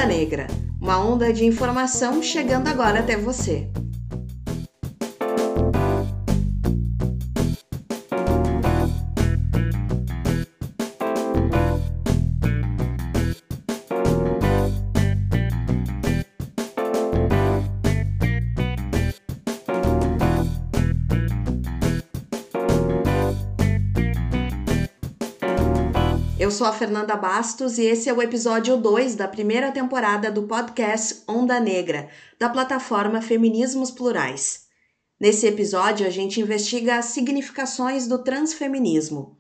Onda Negra, uma onda de informação chegando agora até você. Eu sou a Fernanda Bastos e esse é o episódio 2 da primeira temporada do podcast Onda Negra, da plataforma Feminismos Plurais. Nesse episódio, a gente investiga as significações do transfeminismo.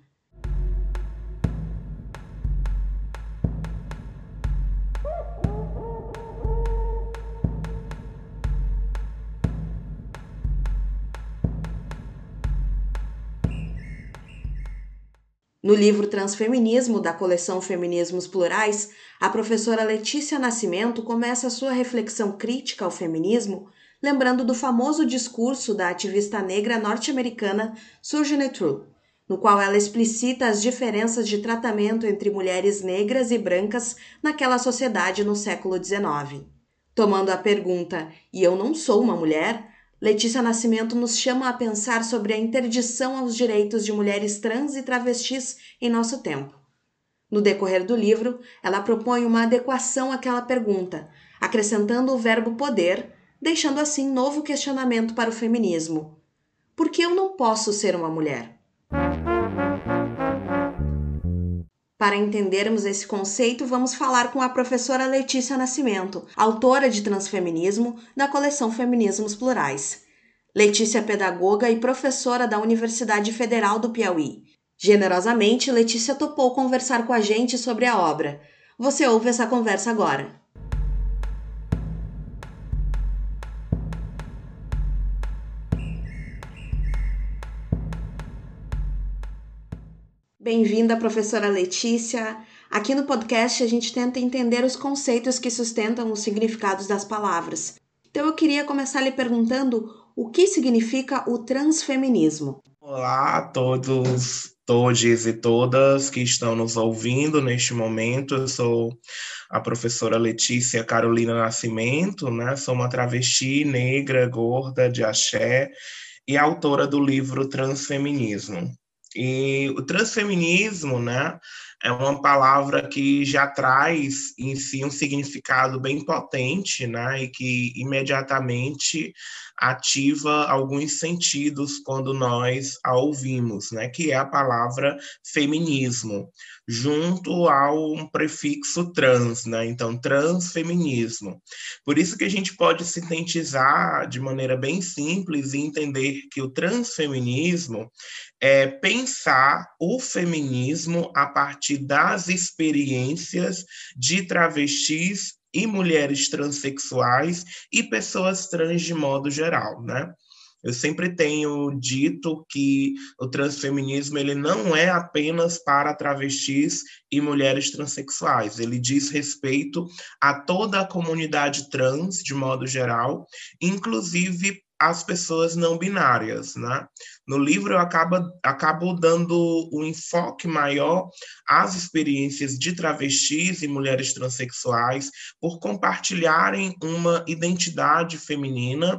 No livro Transfeminismo, da coleção Feminismos Plurais, a professora Letícia Nascimento começa sua reflexão crítica ao feminismo, lembrando do famoso discurso da ativista negra norte-americana Sojourner Truth, no qual ela explicita as diferenças de tratamento entre mulheres negras e brancas naquela sociedade no século XIX. Tomando a pergunta "E eu não sou uma mulher?", Letícia Nascimento nos chama a pensar sobre a interdição aos direitos de mulheres trans e travestis em nosso tempo. No decorrer do livro, ela propõe uma adequação àquela pergunta, acrescentando o verbo poder, deixando assim novo questionamento para o feminismo. Por que eu não posso ser uma mulher? Para entendermos esse conceito, vamos falar com a professora Letícia Nascimento, autora de Transfeminismo, da coleção Feminismos Plurais. Letícia é pedagoga e professora da Universidade Federal do Piauí. Generosamente, Letícia topou conversar com a gente sobre a obra. Você ouve essa conversa agora. Bem-vinda, professora Letícia. Aqui no podcast a gente tenta entender os conceitos que sustentam os significados das palavras. Então eu queria começar lhe perguntando o que significa o transfeminismo. Olá a todos e todas que estão nos ouvindo neste momento. Eu sou a professora Letícia Carolina Nascimento, né? Sou uma travesti negra, gorda, de axé e autora do livro Transfeminismo. E o transfeminismo, né, é uma palavra que já traz em si um significado bem potente, né, e que imediatamente ativa alguns sentidos quando nós a ouvimos, né, que é a palavra feminismo, junto ao prefixo trans, né, então transfeminismo. Por isso que a gente pode sintetizar de maneira bem simples e entender que o transfeminismo é pensar o feminismo a partir das experiências de travestis e mulheres transexuais e pessoas trans de modo geral, né? Eu sempre tenho dito que o transfeminismo ele não é apenas para travestis e mulheres transexuais, ele diz respeito a toda a comunidade trans de modo geral, inclusive as pessoas não binárias, né? No livro eu acabo dando um enfoque maior às experiências de travestis e mulheres transexuais por compartilharem uma identidade feminina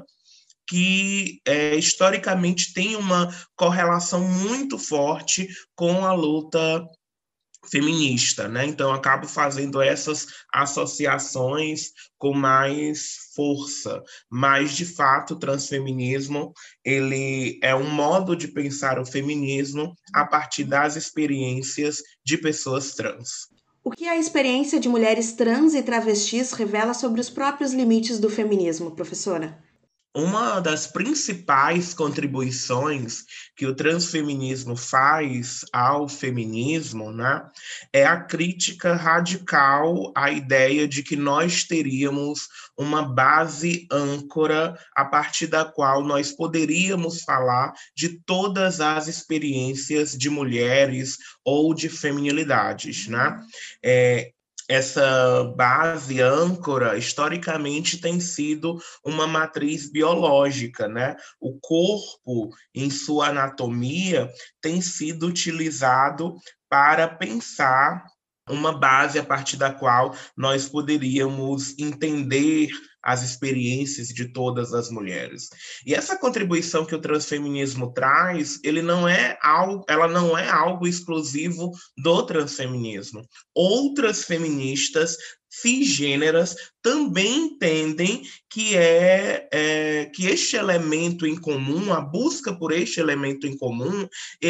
que historicamente tem uma correlação muito forte com a luta feminista, né? Então eu acabo fazendo essas associações com mais força, mas de fato o transfeminismo ele é um modo de pensar o feminismo a partir das experiências de pessoas trans. O que a experiência de mulheres trans e travestis revela sobre os próprios limites do feminismo, professora? Uma das principais contribuições que o transfeminismo faz ao feminismo, né, é a crítica radical à ideia de que nós teríamos uma base âncora a partir da qual nós poderíamos falar de todas as experiências de mulheres ou de feminilidades, né? Essa base âncora, historicamente, tem sido uma matriz biológica, né? O corpo, em sua anatomia, tem sido utilizado para pensar uma base a partir da qual nós poderíamos entender as experiências de todas as mulheres. E essa contribuição que o transfeminismo traz, ela não é algo exclusivo do transfeminismo. Outras feministas cisgêneras também entendem que este elemento em comum, a busca por este elemento em comum,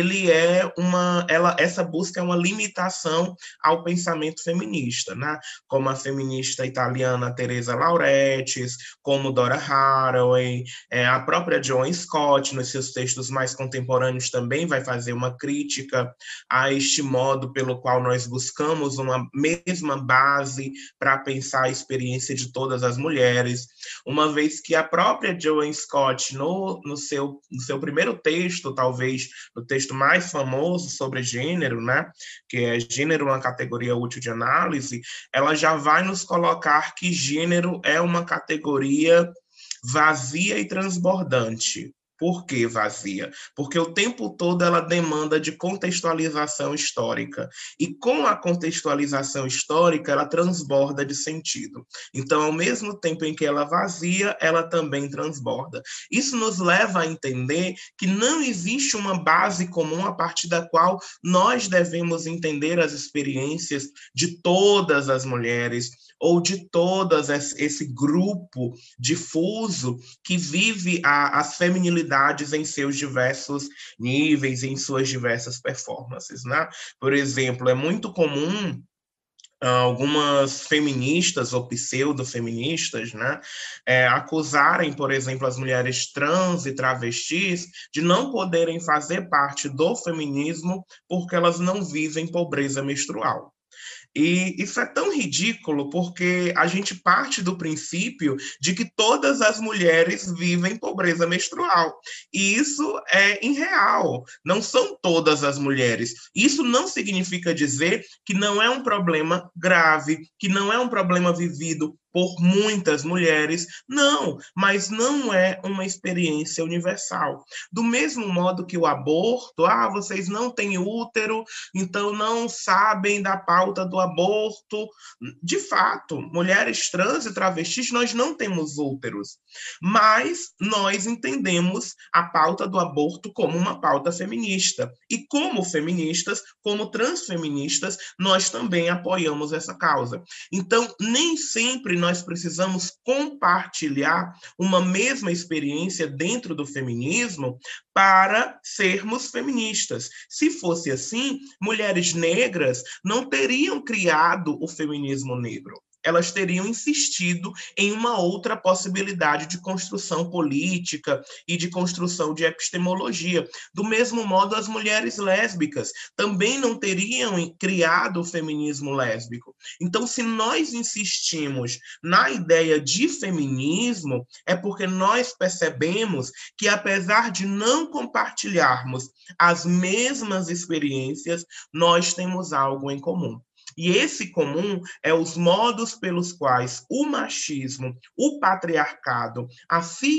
essa busca é uma limitação ao pensamento feminista, né? Como a feminista italiana Teresa Lauretis, como Dora Haraway, a própria Joan Scott, nos seus textos mais contemporâneos, também vai fazer uma crítica a este modo pelo qual nós buscamos uma mesma base para pensar a experiência de todas as mulheres, uma vez que a própria Joan Scott, no seu primeiro texto, talvez o texto mais famoso sobre gênero, né, que é Gênero, uma categoria útil de análise, ela já vai nos colocar que gênero é uma categoria vazia e transbordante. Por que vazia? Porque o tempo todo ela demanda de contextualização histórica. E com a contextualização histórica, ela transborda de sentido. Então, ao mesmo tempo em que ela vazia, ela também transborda. Isso nos leva a entender que não existe uma base comum a partir da qual nós devemos entender as experiências de todas as mulheres ou de todas esse grupo difuso que vive as feminilidades em seus diversos níveis, em suas diversas performances, né? Por exemplo, é muito comum algumas feministas ou pseudo-feministas, né, acusarem, por exemplo, as mulheres trans e travestis de não poderem fazer parte do feminismo porque elas não vivem pobreza menstrual. E isso é tão ridículo porque a gente parte do princípio de que todas as mulheres vivem pobreza menstrual. E isso é irreal. Não são todas as mulheres. Isso não significa dizer que não é um problema grave, que não é um problema vivido por muitas mulheres. Não, mas não é uma experiência universal. Do mesmo modo que o aborto, vocês não têm útero, então não sabem da pauta do aborto. De fato, mulheres trans e travestis, nós não temos úteros, mas nós entendemos a pauta do aborto como uma pauta feminista. E como feministas, como transfeministas, nós também apoiamos essa causa. Então, nem sempre nós precisamos compartilhar uma mesma experiência dentro do feminismo para sermos feministas. Se fosse assim, mulheres negras não teriam criado o feminismo negro. Elas teriam insistido em uma outra possibilidade de construção política e de construção de epistemologia. Do mesmo modo, as mulheres lésbicas também não teriam criado o feminismo lésbico. Então, se nós insistimos na ideia de feminismo, é porque nós percebemos que, apesar de não compartilharmos as mesmas experiências, nós temos algo em comum. E esse comum é os modos pelos quais o machismo, o patriarcado, a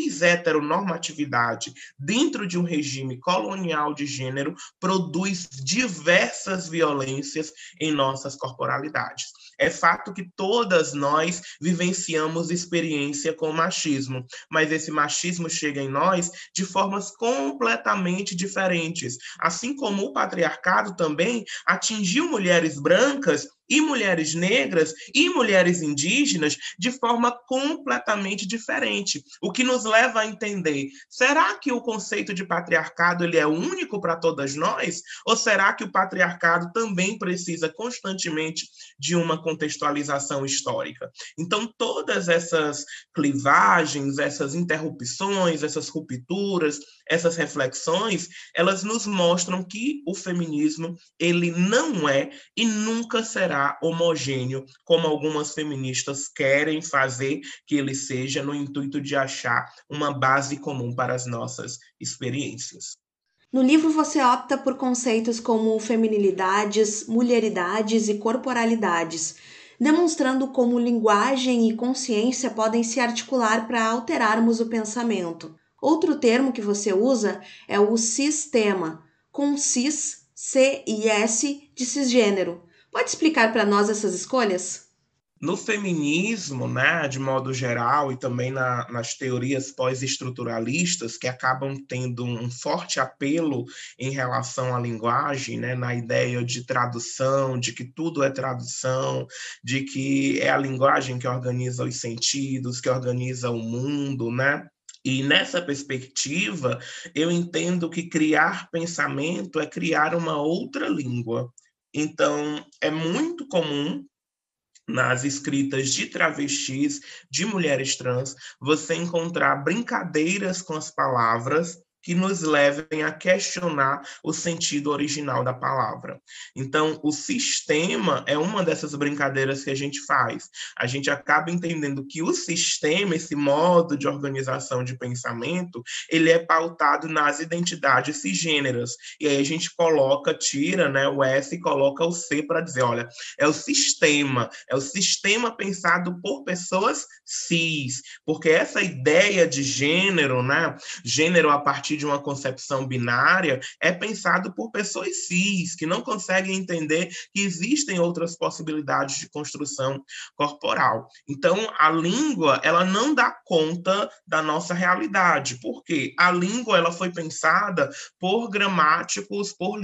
cis-heteronormatividade dentro de um regime colonial de gênero produz diversas violências em nossas corporalidades. É fato que todas nós vivenciamos experiência com machismo, mas esse machismo chega em nós de formas completamente diferentes. Assim como o patriarcado também atingiu mulheres brancas e mulheres negras e mulheres indígenas de forma completamente diferente. O que nos leva a entender, será que o conceito de patriarcado ele é único para todas nós? Ou será que o patriarcado também precisa constantemente de uma contextualização histórica? Então, todas essas clivagens, essas interrupções, essas rupturas, essas reflexões, elas nos mostram que o feminismo ele não é e nunca será homogêneo, como algumas feministas querem fazer que ele seja, no intuito de achar uma base comum para as nossas experiências. No livro você opta por conceitos como feminilidades, mulheridades e corporalidades, demonstrando como linguagem e consciência podem se articular para alterarmos o pensamento. Outro termo que você usa é o cisstema, com cis, C e S de cisgênero, Pode explicar para nós essas escolhas? No feminismo, né, de modo geral, e também nas teorias pós-estruturalistas, que acabam tendo um forte apelo em relação à linguagem, né, na ideia de tradução, de que tudo é tradução, de que é a linguagem que organiza os sentidos, que organiza o mundo, né? E nessa perspectiva, eu entendo que criar pensamento é criar uma outra língua. Então, é muito comum nas escritas de travestis, de mulheres trans, você encontrar brincadeiras com as palavras que nos levem a questionar o sentido original da palavra. Então, o sistema é uma dessas brincadeiras que a gente faz. A gente acaba entendendo que o sistema, esse modo de organização de pensamento, ele é pautado nas identidades cisgêneras. E aí a gente coloca, tira, né, o S e coloca o C para dizer, olha, é o sistema pensado por pessoas cis, porque essa ideia de gênero, né, gênero a partir de uma concepção binária, é pensado por pessoas cis, que não conseguem entender que existem outras possibilidades de construção corporal. Então, a língua, ela não dá conta da nossa realidade, porque a língua ela foi pensada por gramáticos, por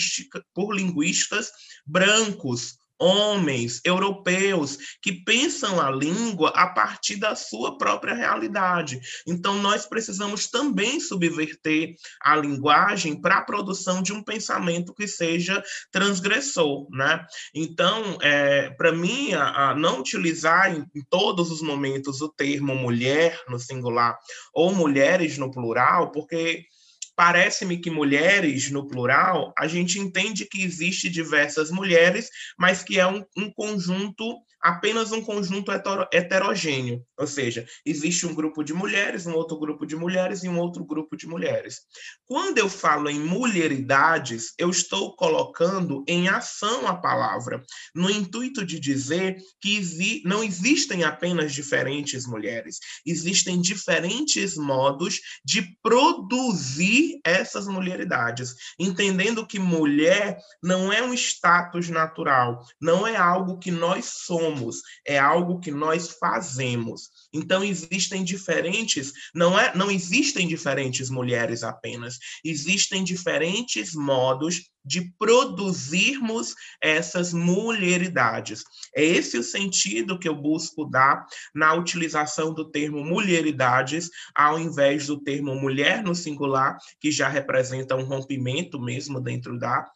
linguistas brancos, homens europeus que pensam a língua a partir da sua própria realidade. Então, nós precisamos também subverter a linguagem para a produção de um pensamento que seja transgressor, né? Então, para mim, não utilizar em todos os momentos o termo mulher no singular ou mulheres no plural, porque parece-me que mulheres, no plural, a gente entende que existe diversas mulheres, mas que é um conjunto, apenas um conjunto heterogêneo. Ou seja, existe um grupo de mulheres, um outro grupo de mulheres e um outro grupo de mulheres. Quando eu falo em mulheridades, eu estou colocando em ação a palavra, no intuito de dizer que não existem apenas diferentes mulheres, existem diferentes modos de produzir essas mulheridades, entendendo que mulher não é um status natural, não é algo que nós somos, é algo que nós fazemos. Então existem diferentes, não existem diferentes mulheres apenas, existem diferentes modos de produzirmos essas mulheridades. É esse o sentido que eu busco dar na utilização do termo mulheridades, ao invés do termo mulher no singular, que já representa um rompimento mesmo dentro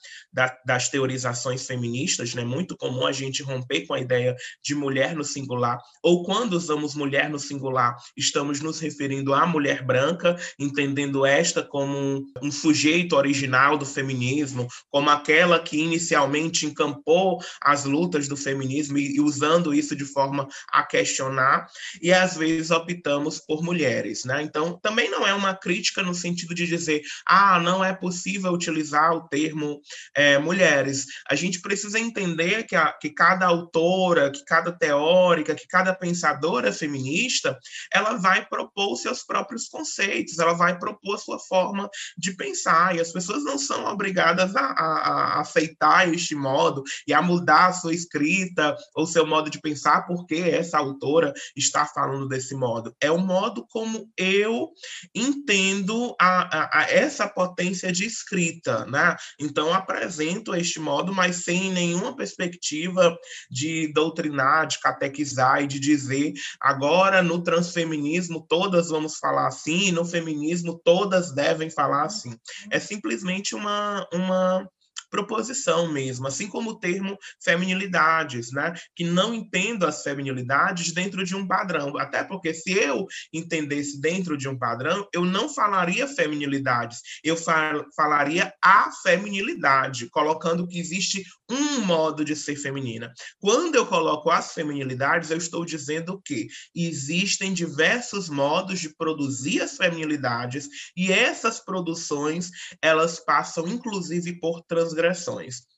das teorizações feministas, né? Muito comum a gente romper com a ideia de mulher no singular, ou quando usamos mulher no singular, estamos nos referindo à mulher branca, entendendo esta como um sujeito original do feminismo, como aquela que inicialmente encampou as lutas do feminismo e usando isso de forma a questionar, e às vezes optamos por mulheres, né? Então, também não é uma crítica no sentido de dizer, não é possível utilizar o termo mulheres. A gente precisa entender que cada autora, que cada teórica, que cada pensadora feminista, ela vai propor os seus próprios conceitos, ela vai propor a sua forma de pensar, e as pessoas não são obrigadas a aceitar este modo e a mudar a sua escrita ou seu modo de pensar porque essa autora está falando desse modo. É o modo como eu entendo essa potência de escrita, né? Então, apresento este modo, mas sem nenhuma perspectiva de doutrinar, de catequizar e de dizer agora no transfeminismo todas vamos falar assim, e no feminismo todas devem falar assim. É simplesmente uma proposição mesmo, assim como o termo feminilidades, né? Que não entendo as feminilidades dentro de um padrão, até porque se eu entendesse dentro de um padrão, eu não falaria feminilidades, eu falaria a feminilidade, colocando que existe um modo de ser feminina. Quando eu coloco as feminilidades, eu estou dizendo que existem diversos modos de produzir as feminilidades e essas produções, elas passam inclusive por transgressões.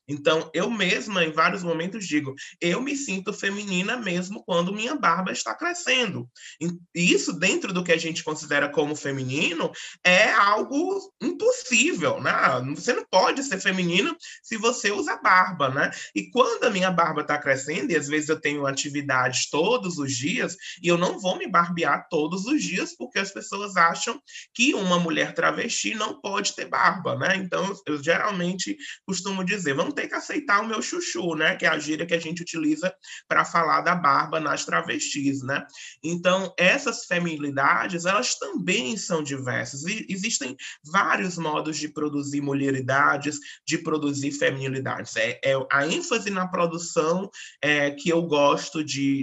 Então, eu mesma, em vários momentos, digo, eu me sinto feminina mesmo quando minha barba está crescendo. E isso, dentro do que a gente considera como feminino, é algo impossível, né? Você não pode ser feminino se você usa barba, né? E quando a minha barba está crescendo, e às vezes eu tenho atividades todos os dias, e eu não vou me barbear todos os dias, porque as pessoas acham que uma mulher travesti não pode ter barba, né? Então, eu geralmente costumo dizer, vamos ter que aceitar o meu chuchu, né? Que é a gíria que a gente utiliza para falar da barba nas travestis, né? Então, essas feminilidades, elas também são diversas. E existem vários modos de produzir mulheridades, de produzir feminilidades. É a ênfase na produção que eu gosto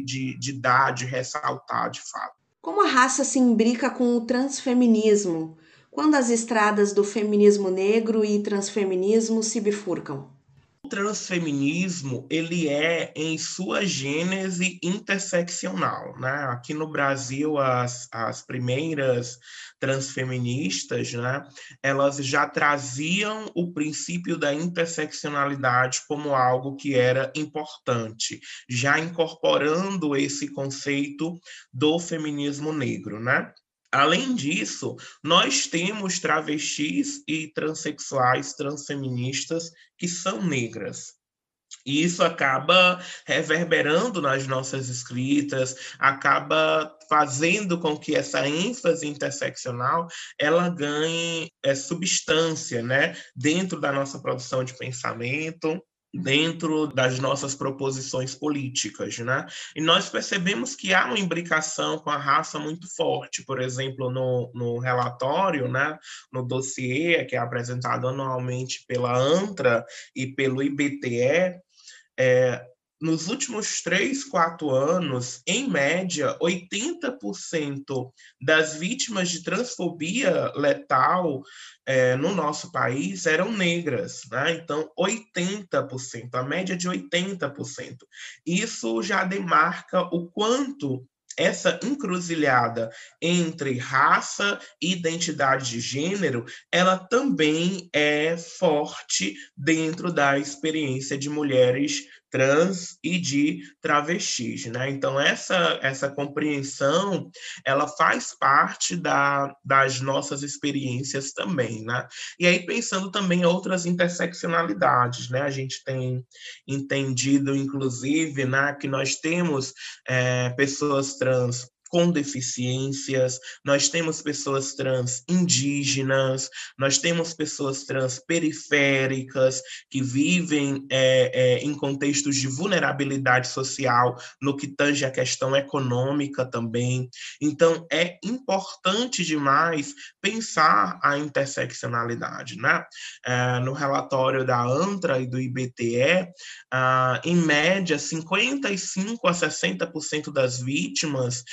de dar, de ressaltar, de fato. Como a raça se imbrica com o transfeminismo, quando as estradas do feminismo negro e transfeminismo se bifurcam? O transfeminismo, ele é, em sua gênese, interseccional, né? Aqui no Brasil, as primeiras transfeministas, né, elas já traziam o princípio da interseccionalidade como algo que era importante, já incorporando esse conceito do feminismo negro, né? Além disso, nós temos travestis e transexuais, transfeministas que são negras. E isso acaba reverberando nas nossas escritas, acaba fazendo com que essa ênfase interseccional ela ganhe substância, né, dentro da nossa produção de pensamento, dentro das nossas proposições políticas, né? E nós percebemos que há uma imbricação com a raça muito forte, por exemplo, no relatório, né, no dossiê que é apresentado anualmente pela ANTRA e pelo IBTE, é, nos últimos 3, 4 anos, em média, 80% das vítimas de transfobia letal no nosso país eram negras, né? Então, 80%, a média de 80%. Isso já demarca o quanto essa encruzilhada entre raça e identidade de gênero, ela também é forte dentro da experiência de mulheres trans e de travestis, né? Então essa compreensão ela faz parte das nossas experiências também, né? E aí pensando também em outras interseccionalidades, né? A gente tem entendido inclusive, né, que nós temos pessoas trans com deficiências, nós temos pessoas trans indígenas, nós temos pessoas trans periféricas que vivem em contextos de vulnerabilidade social, no que tange a questão econômica também. Então, é importante demais pensar a interseccionalidade, né? No relatório da ANTRA e do IBTE, em média, 55 a 60% das vítimas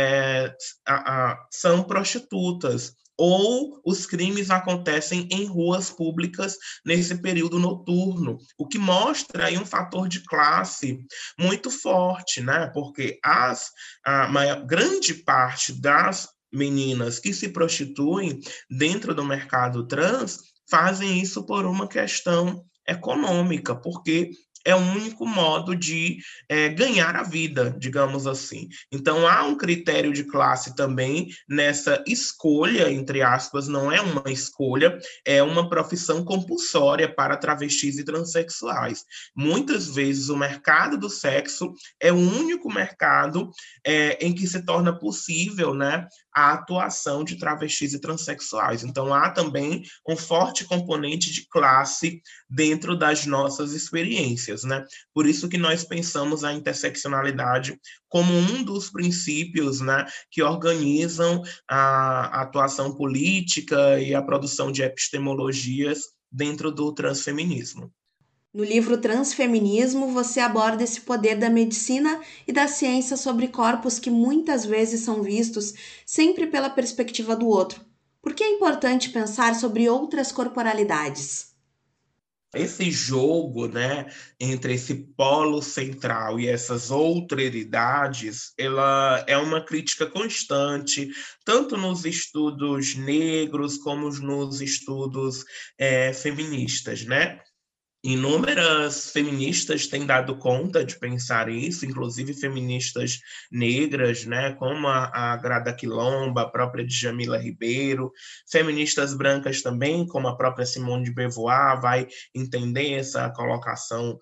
são prostitutas, ou os crimes acontecem em ruas públicas nesse período noturno, o que mostra aí um fator de classe muito forte, né? Porque grande parte das meninas que se prostituem dentro do mercado trans fazem isso por uma questão econômica, porque é o único modo de ganhar a vida, digamos assim. Então, há um critério de classe também nessa escolha, entre aspas, não é uma escolha, é uma profissão compulsória para travestis e transexuais. Muitas vezes, o mercado do sexo é o único mercado em que se torna possível, né, a atuação de travestis e transexuais. Então, há também um forte componente de classe dentro das nossas experiências, né? Por isso que nós pensamos a interseccionalidade como um dos princípios, né, que organizam a atuação política e a produção de epistemologias dentro do transfeminismo. No livro Transfeminismo, você aborda esse poder da medicina e da ciência sobre corpos que muitas vezes são vistos sempre pela perspectiva do outro. Por que é importante pensar sobre outras corporalidades? Esse jogo, né, entre esse polo central e essas outralidades, ela é uma crítica constante, tanto nos estudos negros como nos estudos feministas, né? Inúmeras feministas têm dado conta de pensar isso, inclusive feministas negras, né, como a Grada Quilomba, a própria Djamila Ribeiro, feministas brancas também, como a própria Simone de Beauvoir, vai entender essa colocação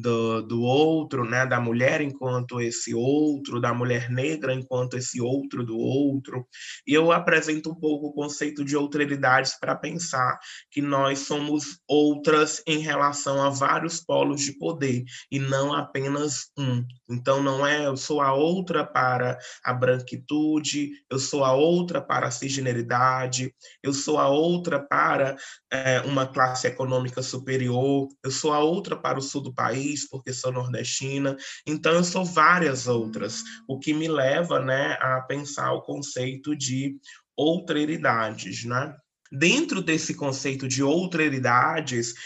do outro, né, da mulher enquanto esse outro, da mulher negra enquanto esse outro do outro. E eu apresento um pouco o conceito de outraridades para pensar que nós somos outras em relação a vários polos de poder e não apenas um. Então, não é eu sou a outra para a branquitude, eu sou a outra para a cisgeneridade, eu sou a outra para uma classe econômica superior, eu sou a outra para o sul do país, porque sou nordestina. Então, eu sou várias outras, o que me leva, né, a pensar o conceito de outraridades, né? Dentro desse conceito de outraridades,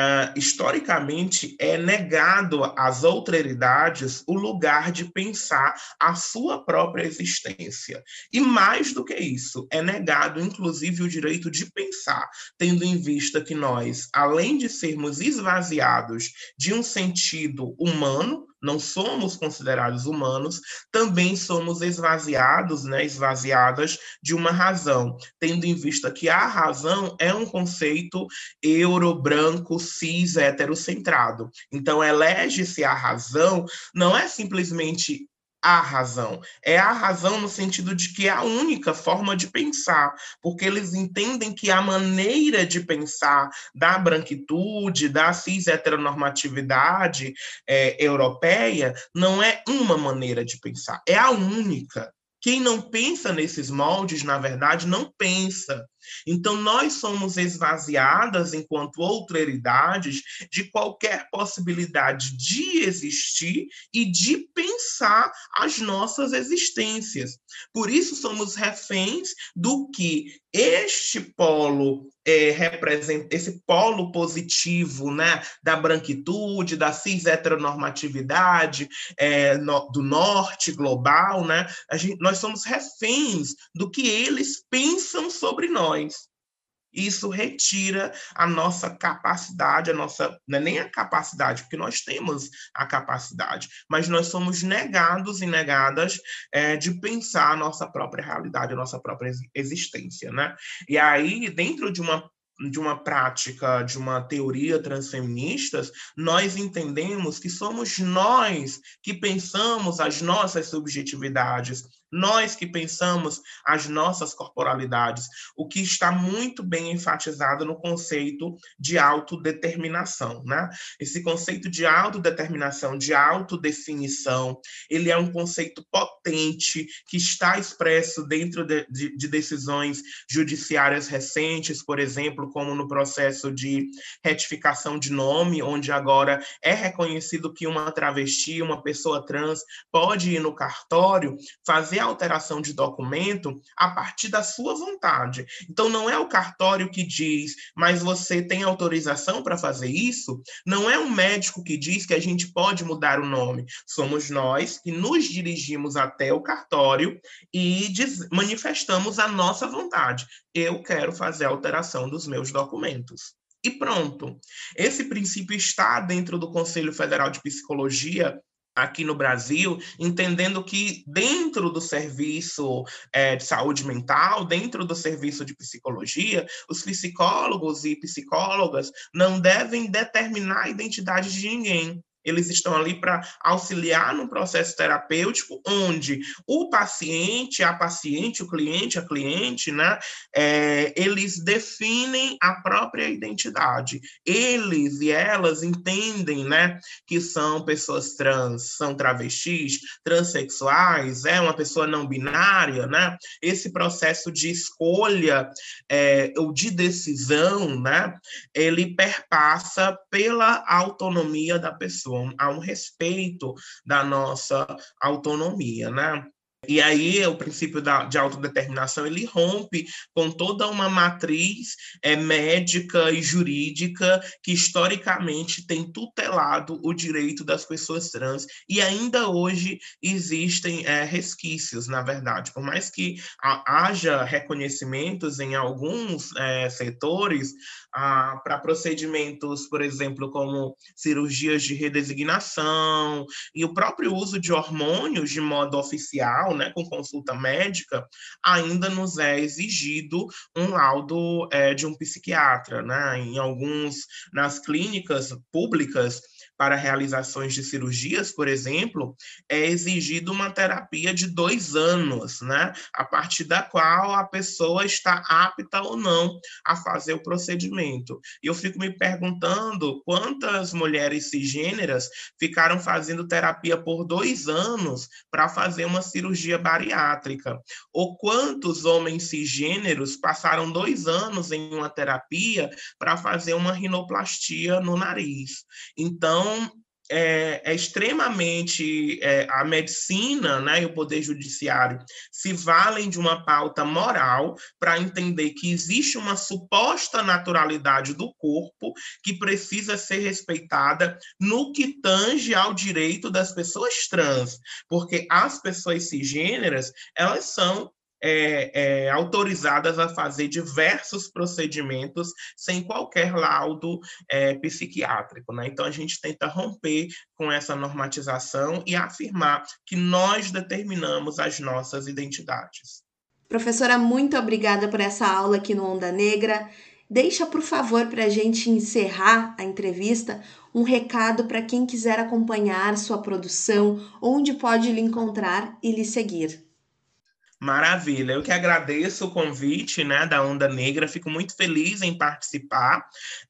historicamente é negado às outraridades o lugar de pensar a sua própria existência. E mais do que isso, é negado inclusive o direito de pensar, tendo em vista que nós, além de sermos esvaziados de um sentido humano, não somos considerados humanos, também somos esvaziados, né, esvaziadas de uma razão, tendo em vista que a razão é um conceito euro-branco, cis, heterocentrado. Então, elege-se a razão, não é simplesmente a razão, é a razão no sentido de que é a única forma de pensar, porque eles entendem que a maneira de pensar da branquitude, da cis heteronormatividade europeia, não é uma maneira de pensar, é a única. Quem não pensa nesses moldes, na verdade, não pensa. Então, nós somos esvaziadas, enquanto outraridades, de qualquer possibilidade de existir e de pensar as nossas existências. Por isso, somos reféns do que este polo representa, esse polo positivo, né, da branquitude, da cis heteronormatividade, do norte global, né? Nós somos reféns do que eles pensam sobre nós. Isso retira a nossa capacidade, não é nem a capacidade, porque nós temos a capacidade, mas nós somos negados e negadas de pensar a nossa própria realidade, a nossa própria existência, né? E aí, dentro de uma prática, de uma teoria transfeministas, nós entendemos que somos nós que pensamos as nossas subjetividades, nós que pensamos as nossas corporalidades, o que está muito bem enfatizado no conceito de autodeterminação, né? Esse conceito de autodeterminação, de autodefinição, ele é um conceito potente que está expresso dentro de decisões judiciárias recentes, por exemplo, como no processo de retificação de nome, onde agora é reconhecido que uma travesti, uma pessoa trans, pode ir no cartório fazer a alteração de documento a partir da sua vontade. Então, não é o cartório que diz, mas você tem autorização para fazer isso? Não é um médico que diz que a gente pode mudar o nome. Somos nós que nos dirigimos até o cartório e manifestamos a nossa vontade. Eu quero fazer a alteração dos meus documentos. E pronto. Esse princípio está dentro do Conselho Federal de Psicologia aqui no Brasil, entendendo que dentro do serviço de saúde mental, dentro do serviço de psicologia, os psicólogos e psicólogas não devem determinar a identidade de ninguém. Eles estão ali para auxiliar no processo terapêutico, onde o paciente, o cliente, a cliente, né, eles definem a própria identidade. Eles e elas entendem, né, que são pessoas trans, são travestis, transexuais, uma pessoa não binária, né? Esse processo de escolha ou de decisão, né, ele perpassa pela autonomia da pessoa, há um respeito da nossa autonomia, né? E aí o princípio de autodeterminação, ele rompe com toda uma matriz médica e jurídica que historicamente tem tutelado o direito das pessoas trans, e ainda hoje existem resquícios, na verdade. Por mais que haja reconhecimentos em alguns setores, para procedimentos, por exemplo, como cirurgias de redesignação e o próprio uso de hormônios de modo oficial, né, com consulta médica, ainda nos é exigido um laudo de um psiquiatra, né? Nas clínicas públicas, para realizações de cirurgias, por exemplo, é exigido uma terapia de 2 anos, né? A partir da qual a pessoa está apta ou não a fazer o procedimento. E eu fico me perguntando quantas mulheres cisgêneras ficaram fazendo terapia por 2 anos para fazer uma cirurgia bariátrica, ou quantos homens cisgêneros passaram 2 anos em uma terapia para fazer uma rinoplastia no nariz. Então, extremamente a medicina, né, e o poder judiciário se valem de uma pauta moral para entender que existe uma suposta naturalidade do corpo que precisa ser respeitada no que tange ao direito das pessoas trans, porque as pessoas cisgêneras, elas são autorizadas a fazer diversos procedimentos sem qualquer laudo psiquiátrico, né? Então, a gente tenta romper com essa normatização e afirmar que nós determinamos as nossas identidades. Professora, muito obrigada por essa aula aqui no Onda Negra. Deixa, por favor, para a gente encerrar a entrevista, um recado para quem quiser acompanhar sua produção, onde pode lhe encontrar e lhe seguir. Maravilha, eu que agradeço o convite, né, da Onda Negra, fico muito feliz em participar.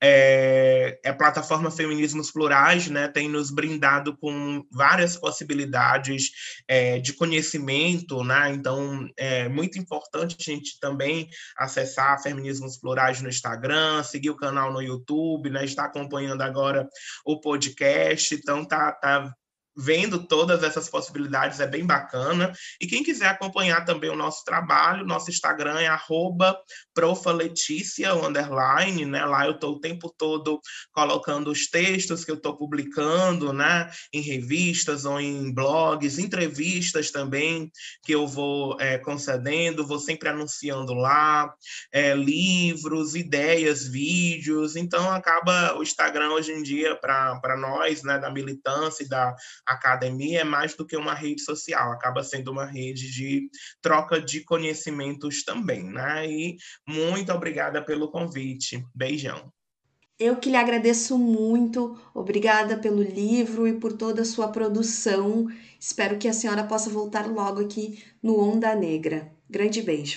A plataforma Feminismos Plurais, né, tem nos brindado com várias possibilidades de conhecimento, né, então é muito importante a gente também acessar Feminismos Plurais no Instagram, seguir o canal no YouTube, né, está acompanhando agora o podcast, então tá vendo todas essas possibilidades, é bem bacana. E quem quiser acompanhar também o nosso trabalho, nosso Instagram é @profaletícia_, né? Lá eu estou o tempo todo colocando os textos que eu estou publicando, né? Em revistas ou em blogs, entrevistas também que eu vou concedendo, vou sempre anunciando lá, livros, ideias, vídeos. Então acaba o Instagram hoje em dia para nós, né, da militância e da academia, é mais do que uma rede social, acaba sendo uma rede de troca de conhecimentos também, né? E muito obrigada pelo convite. Beijão. Eu que lhe agradeço muito, obrigada pelo livro e por toda a sua produção. Espero que a senhora possa voltar logo aqui no Onda Negra. Grande beijo.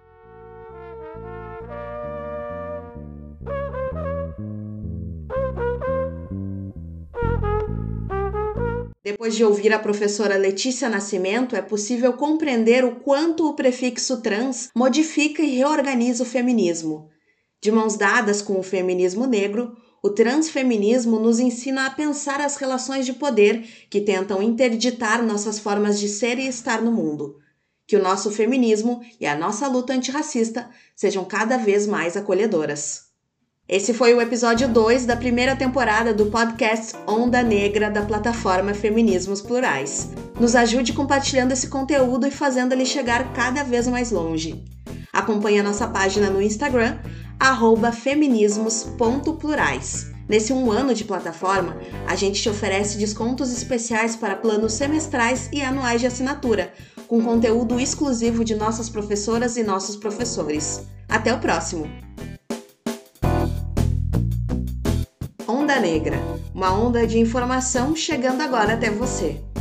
Depois de ouvir a professora Letícia Nascimento, é possível compreender o quanto o prefixo trans modifica e reorganiza o feminismo. De mãos dadas com o feminismo negro, o transfeminismo nos ensina a pensar as relações de poder que tentam interditar nossas formas de ser e estar no mundo. Que o nosso feminismo e a nossa luta antirracista sejam cada vez mais acolhedoras. Esse foi o episódio 2 da primeira temporada do podcast Onda Negra da plataforma Feminismos Plurais. Nos ajude compartilhando esse conteúdo e fazendo ele chegar cada vez mais longe. Acompanhe a nossa página no Instagram, @feminismos.plurais. Nesse 1 ano de plataforma, a gente te oferece descontos especiais para planos semestrais e anuais de assinatura, com conteúdo exclusivo de nossas professoras e nossos professores. Até o próximo! Onda Negra, uma onda de informação chegando agora até você.